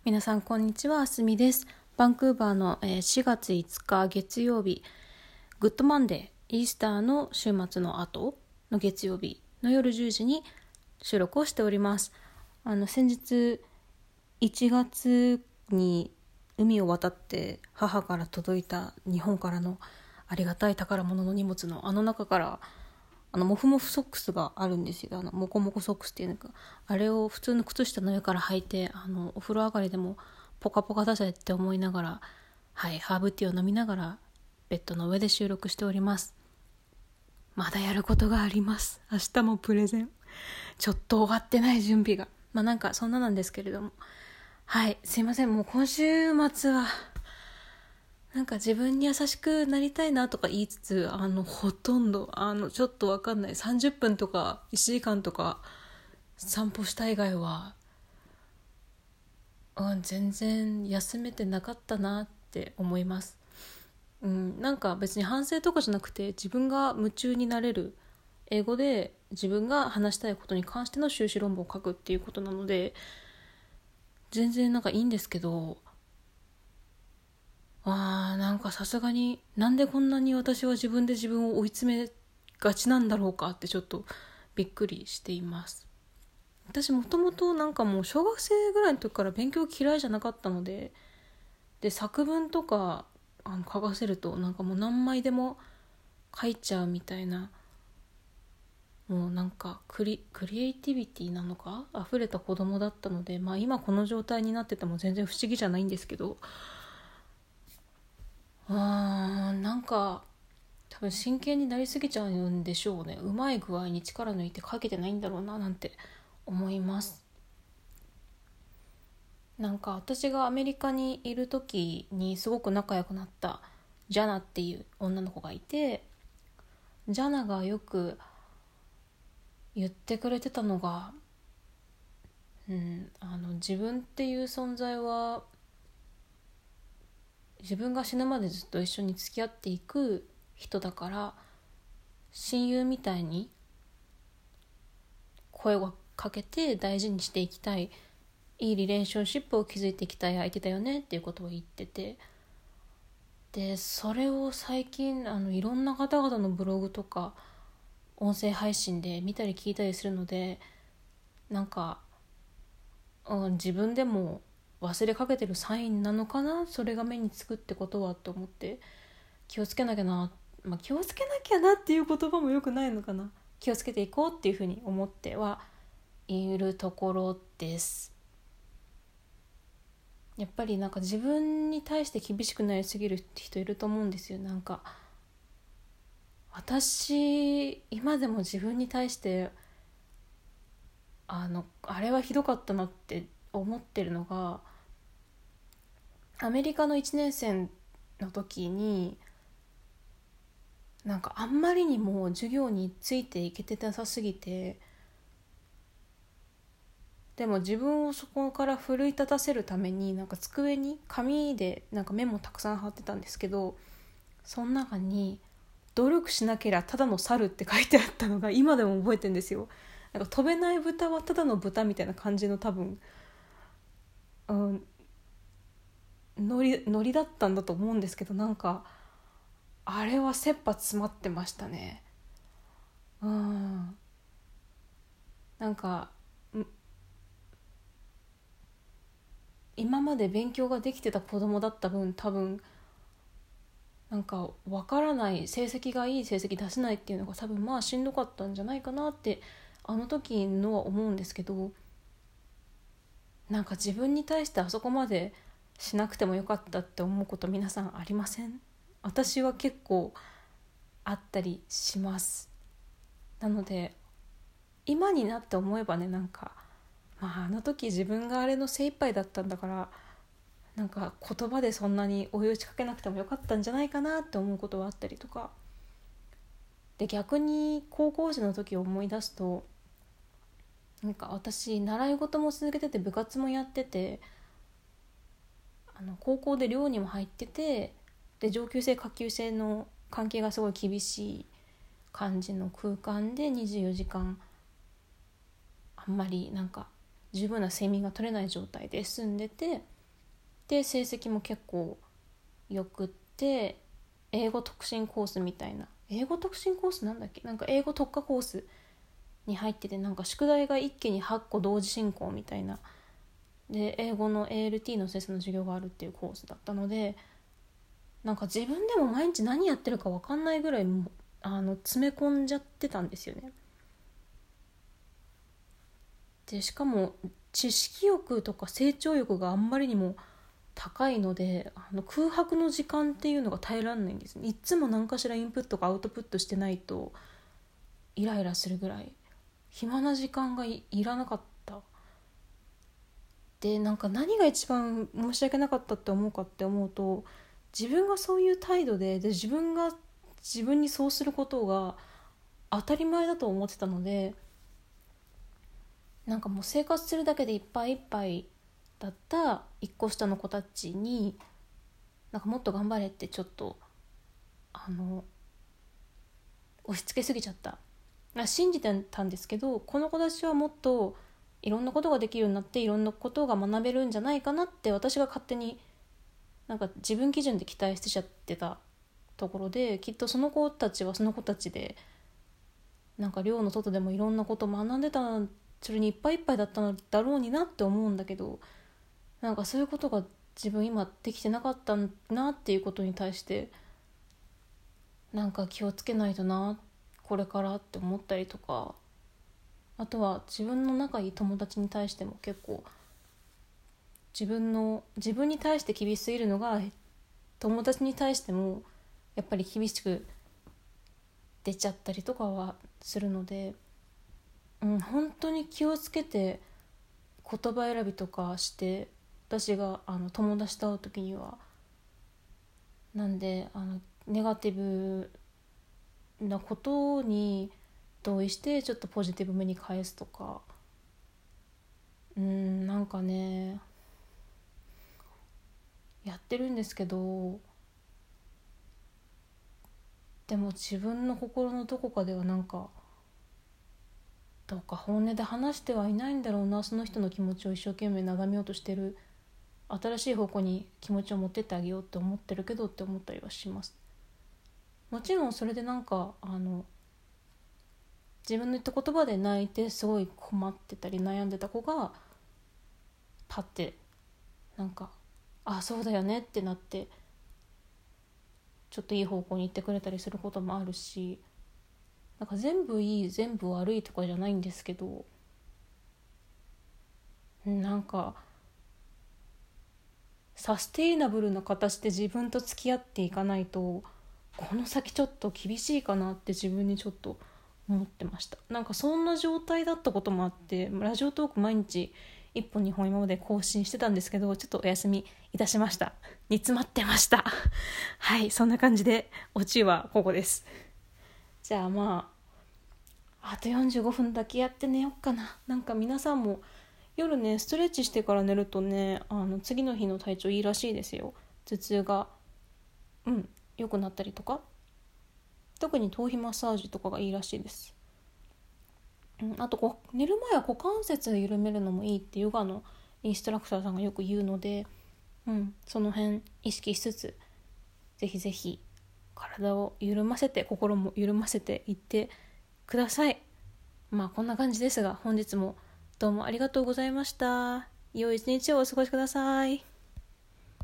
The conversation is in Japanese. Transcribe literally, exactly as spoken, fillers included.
皆さんこんにちは、あすみです。バンクーバーのしがついつか月曜日、グッドマンデー、イースターの週末の後の月曜日の夜じゅうじに収録をしております。あの先日いちがつに海を渡って母から届いた日本からのありがたい宝物の荷物のあの中からあのモフモフソックスがあるんですよ。あのモコモコソックスっていうのか、あれを普通の靴下の上から履いて、あのお風呂上がりでもポカポカだぜって思いながら、はいハーブティーを飲みながらベッドの上で収録しております。まだやることがあります。明日もプレゼン、ちょっと終わってない準備が、まあなんかそんななんですけれども、はいすいません。もう今週末はなんか自分に優しくなりたいなとか言いつつ、あのほとんどあのちょっとわかんないさんじゅっぷんとかいちじかんとか散歩した以外は、うん、全然休めてなかったなって思います。うん、なんか別に反省とかじゃなくて、自分が夢中になれる英語で自分が話したいことに関しての修士論文を書くっていうことなので、全然なんかいいんですけど、あーなんかさすがになんでこんなに私は自分で自分を追い詰めがちなんだろうかってちょっとびっくりしています。私もともとなんかもう小学生ぐらいの時から勉強嫌いじゃなかったので、で作文とかあの書かせるとなんかもう何枚でも書いちゃうみたいな、もうなんかクリ、クリエイティビティなのか溢れた子供だったので、まあ今この状態になってても全然不思議じゃないんですけど、あーなんか多分真剣になりすぎちゃうんでしょうね。うまい具合に力抜いてかけてないんだろうななんて思います。なんか私がアメリカにいる時にすごく仲良くなったジャナっていう女の子がいて、ジャナがよく言ってくれてたのが、うん、あの自分っていう存在は自分が死ぬまでずっと一緒に付き合っていく人だから、親友みたいに声をかけて大事にしていきたい、いいリレーションシップを築いていきたい相手だよねっていうことを言ってて、でそれを最近あのいろんな方々のブログとか音声配信で見たり聞いたりするので、なんか、うん、自分でも忘れかけてるサインなのかな、それが目につくってことはって思って、気をつけなきゃな、まあ、気をつけなきゃなっていう言葉もよくないのかな、気をつけていこうっていうふうに思ってはいるところです。やっぱりなんか自分に対して厳しくなりすぎる人いると思うんですよ。なんか私今でも自分に対してあのあれはひどかったなって思ってるのが、アメリカのいちねん生の時になんかあんまりにも授業についていけてなさすぎて、でも自分をそこから奮い立たせるためになんか机に紙でなんかメモたくさん貼ってたんですけど、その中に努力しなければただの猿って書いてあったのが今でも覚えてるんですよ。なんか飛べない豚はただの豚みたいな感じの多分、うん、ノリノリだったんだと思うんですけど、なんかあれは切羽詰まってましたね。うん、なんか今まで勉強ができてた子供だった分、多分なんか分からない、成績がいい成績出せないっていうのが多分まあしんどかったんじゃないかなってあの時のは思うんですけど、なんか自分に対してあそこまでしなくてもよかったって思うこと皆さんありません？私は結構あったりします。なので今になって思えばね、なんかまああの時自分があれの精一杯だったんだから、なんか言葉でそんなに追い打ちかけなくてもよかったんじゃないかなって思うことはあったりとかで、逆に高校生の時を思い出すと、なんか私習い事も続けてて部活もやってて、あの高校で寮にも入ってて、で上級生下級生の関係がすごい厳しい感じの空間でにじゅうよじかんあんまりなんか十分な睡眠が取れない状態で住んでて、 で成績も結構よくって、英語特進コースみたいな、英語特進コースなんだっけ、なんか英語特化コースに入ってて、なんか宿題が一気にはっこ同時進行みたいなで、英語の エーエルティー の先生の授業があるっていうコースだったので、なんか自分でも毎日何やってるか分かんないぐらいもあの詰め込んじゃってたんですよね。でしかも知識欲とか成長欲があんまりにも高いので、あの空白の時間っていうのが耐えられないんですね。いつも何かしらインプットかアウトプットしてないとイライラするぐらい暇な時間が い, いらなかった。でなんか何が一番申し訳なかったって思うかって思うと、自分がそういう態度 で, で自分が自分にそうすることが当たり前だと思ってたので、なんかもう生活するだけでいっぱいいっぱいだったいっこ下の子たちになんかもっと頑張れってちょっとあの押し付けすぎちゃった。信じてたんですけど、この子たちはもっといろんなことができるようになっていろんなことが学べるんじゃないかなって私が勝手になんか自分基準で期待してちゃってたところで、きっとその子たちはその子たちでなんか寮の外でもいろんなこと学んでた、それにいっぱいいっぱいだったんだろうになって思うんだけど、なんかそういうことが自分今できてなかったなっていうことに対してなんか気をつけないとなこれからって思ったりとか、あとは自分の仲いい友達に対しても結構自分の自分に対して厳しすぎるのが友達に対してもやっぱり厳しく出ちゃったりとかはするので、うん、本当に気をつけて言葉選びとかして、私があの友達と会う時にはなんであのネガティブなことに同意してちょっとポジティブめに返すとか、うーんなんかねやってるんですけど、でも自分の心のどこかではなんかどうか本音で話してはいないんだろうな、その人の気持ちを一生懸命眺めようとしてる、新しい方向に気持ちを持ってってあげようって思ってるけどって思ったりはします。もちろんそれでなんかあの自分の言った言葉で泣いてすごい困ってたり悩んでた子がパッてなんかあそうだよねってなってちょっといい方向に行ってくれたりすることもあるし、なんか全部いい全部悪いとかじゃないんですけど、なんかサステイナブルな形で自分と付き合っていかないとこの先ちょっと厳しいかなって自分にちょっと思ってました。なんかそんな状態だったこともあって、ラジオトーク毎日いっぽんにほん今まで更新してたんですけど、ちょっとお休みいたしました。煮詰まってましたはい、そんな感じでオチはここです。じゃあまああとよんじゅうごふんだけやって寝よっかな。なんか皆さんも夜ねストレッチしてから寝るとね、あの次の日の体調いいらしいですよ。頭痛がうん良くなったりとか、特に頭皮マッサージとかがいいらしいです。うん、あとこ寝る前は股関節を緩めるのもいいってヨガのインストラクターさんがよく言うので、うん、その辺意識しつつぜひぜひ体を緩ませて心も緩ませていってください。まあこんな感じですが、本日もどうもありがとうございました。良い一日をお過ごしください。